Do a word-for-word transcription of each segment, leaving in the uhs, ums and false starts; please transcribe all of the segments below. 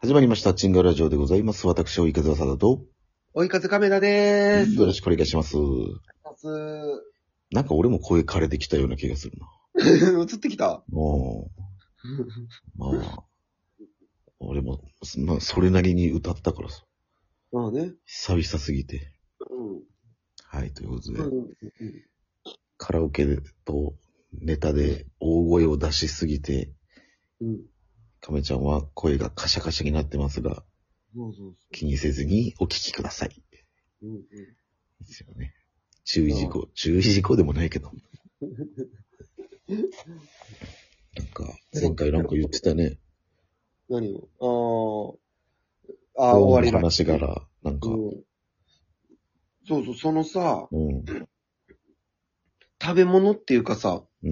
始まりました。チンガラジオでございます。私、追い風さだと。 追い風カメラでーす。 よろしくお願いします。 ますなんか俺も声枯れてきたような気がするな。 映ってきたおーまあ、俺も、まあ、それなりに歌ったからさ。 まあね。 久々すぎて。 うん。 はい、ということで、 うん。うん。 カラオケとネタで大声を出しすぎて、 うん。 亀ちゃんは声がカシャカシャになってますが、 そうそうそ気にせずにお聞きください。 う。うん。 いいですよね。注意事項、注意事項でもないけど。なんか、前回なんか言ってたね。 何をああ。ああ、 終わり終わりだ。 話から、なんか、 うん。そうそう、そのさ、 うん、 食べ物っていうかさ、 うん、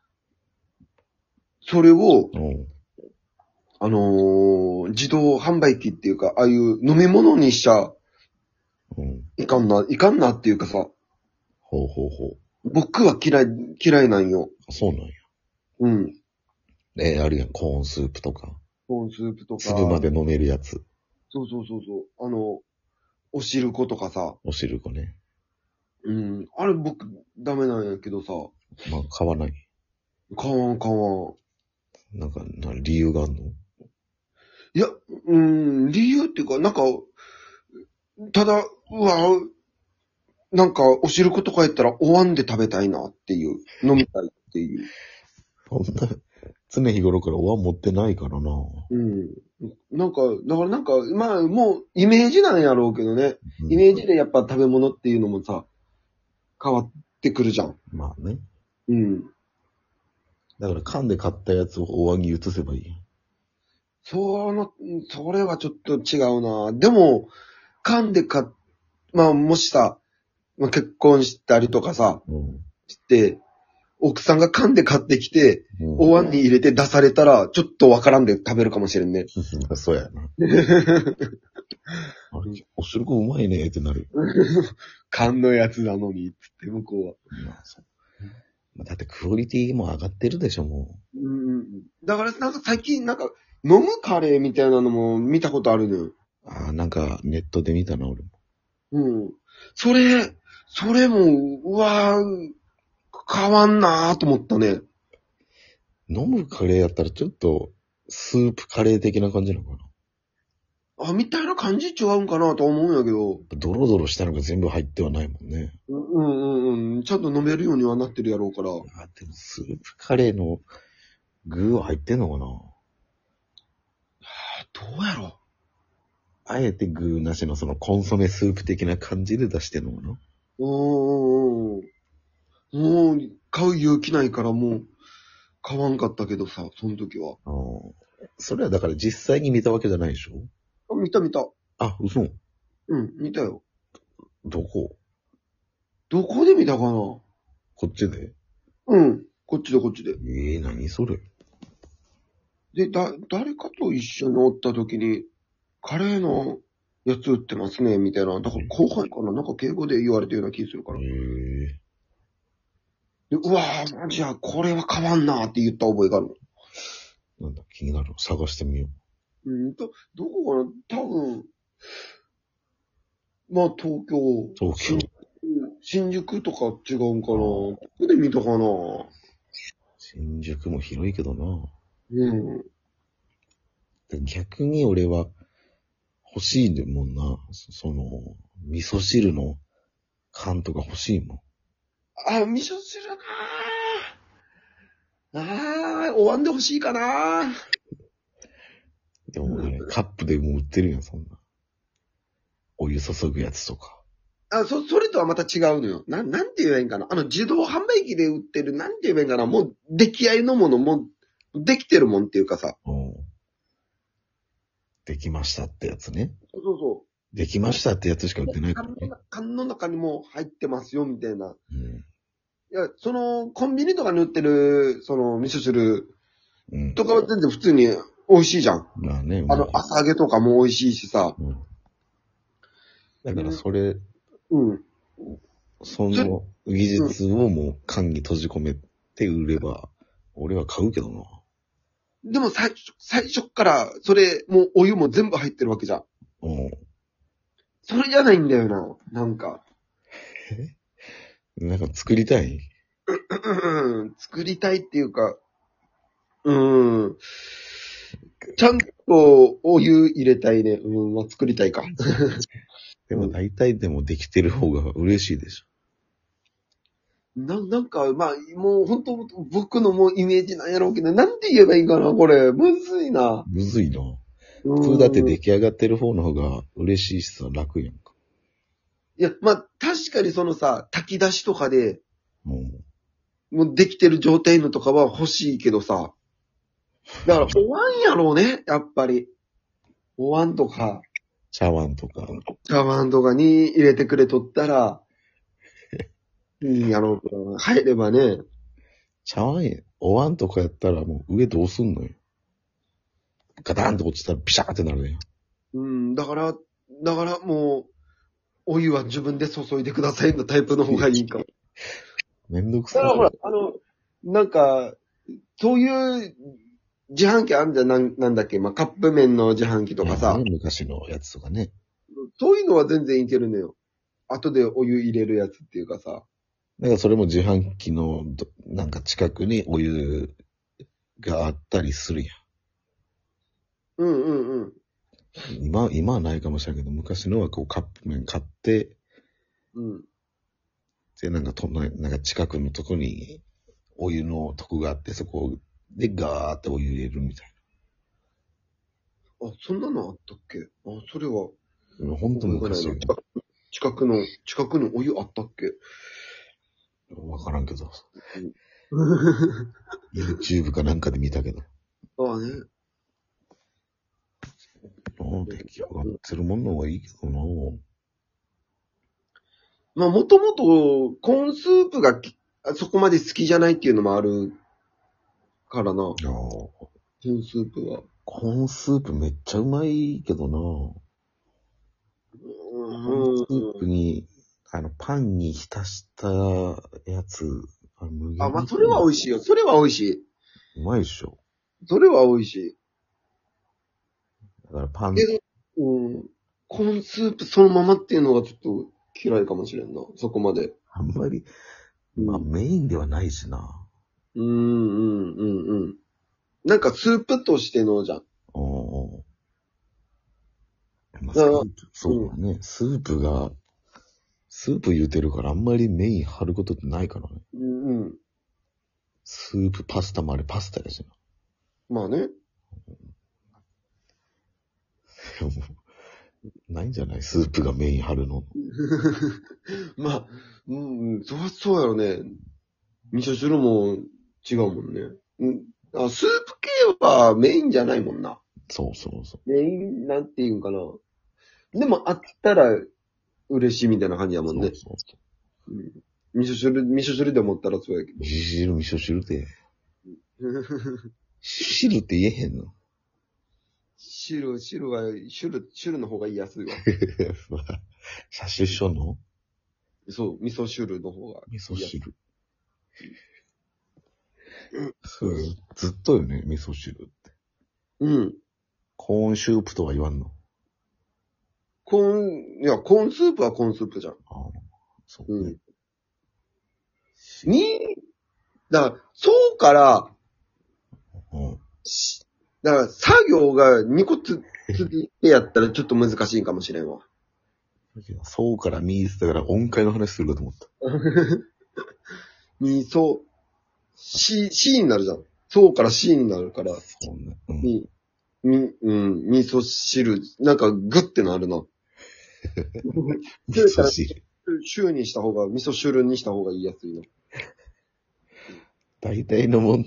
それを、 うん、 あのー、自動販売機っていうか、ああいう飲み物にしちゃうん。 いかんな、いかんなっていうかさ、 ほうほうほ僕は嫌い、嫌いなんよ。 う。そうなんや。 うん。 えー、あるやん、コーンスープとか。 コーンスープとか。 粒まで飲めるやつ。 そうそうそうそう。あの、お汁粉とかさ。 お汁粉ね。 うん。あれ僕、ダメなんやけどさ。 まあ、買わない。 買わん買わん。 なんか、な理由があんの？ いや、うん、理由っていうか、なんか、ただ、うわ、なんか、お汁粉とかやったら、お椀で食べたいなっていう。飲みたいっていう。 そんな、常日頃からお椀持ってないからな。 うん。なんか、だからなんか、まあ、もう、イメージなんやろうけどね。 うん、 イメージでやっぱ食べ物っていうのもさ、変わってくるじゃん。 まあね。 うん。 だから缶で買ったやつをお椀に移せばいい。 その、それはちょっと違うな。でも、缶で買っ、まあ、もしさ、まあ、結婚したりとかさ、 うん。 して、奥さんが缶で買ってきて、 うん、 お椀に入れて出されたら、ちょっとわからんで食べるかもしれんね。 そうやな。あれ、お汁粉うまいねってなる。 缶のやつなのに、つって向こうは。 まあ、そう。まあだってクオリティも上がってるでしょ、もうん。だから、なんか最近、なんか、飲むカレーみたいなのも見たことあるのよ。 う。ああ、なんかネットで見たな、俺も。 うん。それ、それも、うわぁ、変わんなぁと思ったね。 飲むカレーやったらちょっと、スープカレー的な感じなのかな。 あ、みたいな感じ違うんかなと思うんやけど。 ドロドロしたのが全部入ってはないもんね。 うんうんうん。ちゃんと飲めるようにはなってるやろうから。 あ、でもスープカレーの具は入ってんのかな。 どうやろあえて具なしのそのコンソメスープ的な感じで出してんのかな。 う。うーん。もう、買う勇気ないからもう、買わんかったけどさ、その時は。 ああ。それはだから実際に見たわけじゃないでしょ。 あ、見た見た。 あ、嘘。 うん、見たよ。 どこ？ どこで見たかなこっちで？ うん。こっちでこっちで。 ええー、何それ。 で、だ、誰かと一緒におった時に、カレーのやつ売ってますね、みたいな。だから後輩かななんか敬語で言われたような気がするから。 ええで、うわぁ、マジや、これは買わんなーって言った覚えがある。 ー、なんだ、気になる。探してみようんと、どこかな多分、まあ東京、 う。東京。 新宿とか違うんかなどこで見たかな新宿も広いけどな。 うん。 逆に俺は欲しいもんな。そその、味噌汁の缶とか欲しいもん。 あ、味噌汁なぁ。あー、お椀で欲しいかなぁ。 でもね、カップでもう売ってるやん、そんな。お湯注ぐやつとか。 あ、そ、それとはまた違うのよ。なん、なんて言えばいいんかな。あの、自動販売機で売ってる、なんて言えばいいんかな。もう、出来合いのもの、もう、できてるもんっていうかさ。 うん。できましたってやつね。 そうそうそできましたってやつしか売ってなう。 いからね。 缶の缶の中にも入ってますよ、みたいな。 うん。 いや、その、コンビニとかに売ってる、その、味噌汁うん。 とかは全然普通に美味しいじゃん。 まあね、 あの、朝揚げとかも美味しいしさ。 うん。だからそれ、 うん。 その技術をもう缶に閉じ込めて売れば、俺は買うけどな。 でも最初、最初っから、それ、もうお湯も全部入ってるわけじゃん。 うん。 それじゃないんだよな、なんか。 なんか作りたい？ うん作りたいっていうか、うーん。ちゃんとお湯入れたいね。うん、まあ、作りたいか。 でも大体でもできてる方が嬉しいでしな、なんか、まあ、もう本当僕のもうイメージなんやろうけど、なんて言えばいいかな、これ。むずいな。 ょ。むずいな。 うん普通だって出来上がってる方の方が嬉しいしさ、楽やんか。 いや、まあ、確かにそのさ、炊き出しとかで、 ももうできてる状態のとかは欲しいけどさ。だから、お椀やろうね、やっぱり。お椀とか、 茶碗とか。 茶碗とかに入れてくれとったら、いいんやろうけど、入ればね。 茶碗や、お椀とかやったらもう上どうすんのよ。ガタンと落ちたらビシャーってなるね。 うん、だから、だからもう、お湯は自分で注いでくださいのタイプの方がいいかも。 めんどくさい。 だからほら、あの、なんか、そういう自販機あんじゃん、なんなんだっけ、まあ、カップ麺の自販機とかさ、 ね、昔のやつとかね。 そういうのは全然いけるのよ。後でお湯入れるやつっていうかさ。 だからそれも自販機のどなんか近くにお湯があったりするやうんうんうん。 ん。今、今はないかもしれないけど、昔のはこうカップ麺買って、 うん。 で、なんかと、なんか近くのとこにお湯のとこがあって、そこでガーってお湯入れるみたいあ、そんなのあったっけ？あ、それは、 な。本当昔よ。 近くの、近くのお湯あったっけ？ わからんけど。 うん YouTube かなんかで見たけど。 ああね。 ああ、出来上がってるものの方がいいけどな。 まあ、もともと、コーンスープがきそこまで好きじゃないっていうのもあるからな。 ああ、 コーンスープは。 コーンスープめっちゃうまいけどな。コーンスープに、あの、パンに浸したやつ、あれ無限あ、まあ、それは美味しいよ。それは美味しい。 うまいっしょ。 それは美味しい。 だからパン、 けど、うん。コーンスープそのままっていうのがちょっと嫌いかもしれんな。そこまで。 あんまり、 うんまあメインではないしな。 うん、うん、うん、うん。なんかスープとしてのじゃん。 おお。まあ、 だからスープ、そうだね。スープが、スープ言うてるからあんまりメイン張ることってないからね。 うん、うん。 スープ、パスタもあれパスタやしな。 まあね。 でもないんじゃないスープがメイン張るの。 まあ、うん、うん、そう、そうやろね。味噌汁も違うもんね。うんあ、スープ系はメインじゃないもんな。 そうそうそメイン、なんていうんかな。でもあったら嬉しいみたいな感じやう。 もんね。 そうそうそうん味噌汁、味噌汁で思ったらそうやけう。味噌汁、味噌汁って、 ど。 汁って言えへんの汁、汁は、汁、汁の方が言いやすいわ。 写真一緒のそう、味噌汁の方が味噌言いやすい。 汁。そう、ずっとよね、味噌汁って。 うん。 コーンシュープとは言わんの。 コーン、いや、コーンスープはコーンスープじゃん。 ああ、そうね。 に、だから、そうから、 うん。 しだから、作業がにこつ、ついてやったらちょっと難しいかもしれんわ。 そうからミースだから音階の話するかと思った。 に、そう、し、しになるじゃん。そうからしになるから、 そうね。うん。 に、み、うん、味噌汁、なんかグッてなるな。 味噌汁。 週にした方が、味噌汁にした方が言いやすいな。 大体のもんって、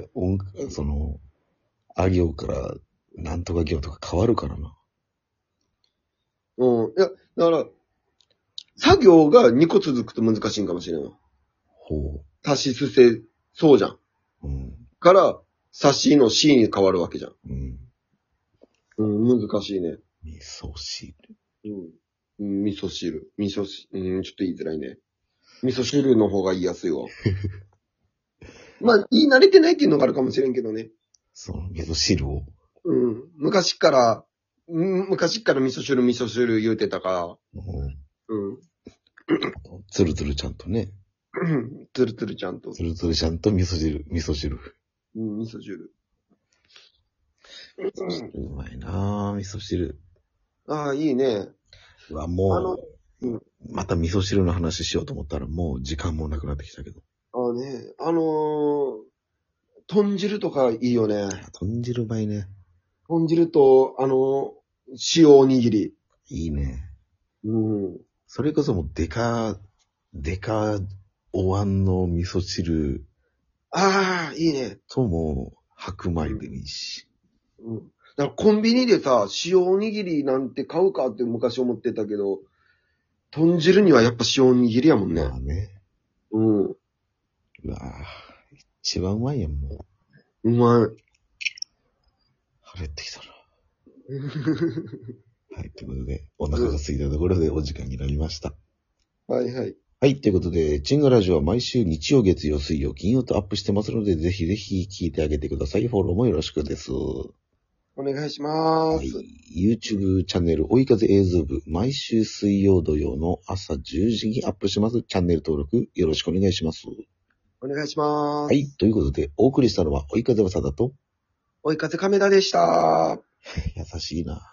音、その、あ行から、なんとか行とか変わるからな。 うん。いや、だから、作業がにこ続くと難しいんかもしれんわ。 ほ足しすせ、そうじゃん。 う。うん。 から、差しのしに変わるわけじゃん。 うん。 うん、難しいね。 味噌汁。 うん。うん味噌汁。味噌汁。うん、ちょっと言いづらいね。味噌汁の方が言いやすいわ。まあ、言い慣れてないっていうのがあるかもしれんけどね。 その味噌汁を。 うん。昔から、うん昔から味噌汁味噌汁言うてたかうん。 ら、うん。 つるつるちゃんとね。 つるつるちゃんとつ。るつるちゃんと味噌汁、味噌汁。 うん、味噌汁。 うまいなぁ、味噌汁。 ああ、いいね。 うわ、 あのもう、 うんまた味噌汁の話しようと思ったらもう時間もなくなってきたけど。 ああね、あのー、豚汁とかいいよね。 豚汁うまいね。 豚汁と、あのー、塩おにぎり。 いいね。 うん。 それこそもうデカ、デカお椀の味噌汁ああ、いいね。 とも白米でもいいし。 うん。だからコンビニでさ、塩おにぎりなんて買うかって昔思ってたけど、豚汁にはやっぱ塩おにぎりやもんね。 まあね。 うん。 うわぁ、一番うまいやん、もうまい。 う。腹減ってきたな。はい、ということで、お腹が空いたところでお時間になりました。 はいはい。 はい、ということで、チンガラジオは毎週日曜、月曜、水曜、金曜とアップしてますので、ぜひぜひ聞いてあげてください。フォローもよろしくです。 お願いしまはいす。、 YouTube チャンネル、追い風映像部、毎週水曜土曜の朝じゅうじにアップします。チャンネル登録よろしくお願いします。 お願いします。 はい、ということで、お送りしたのは追い風わさだと、 追い風亀田でした。 優しいな。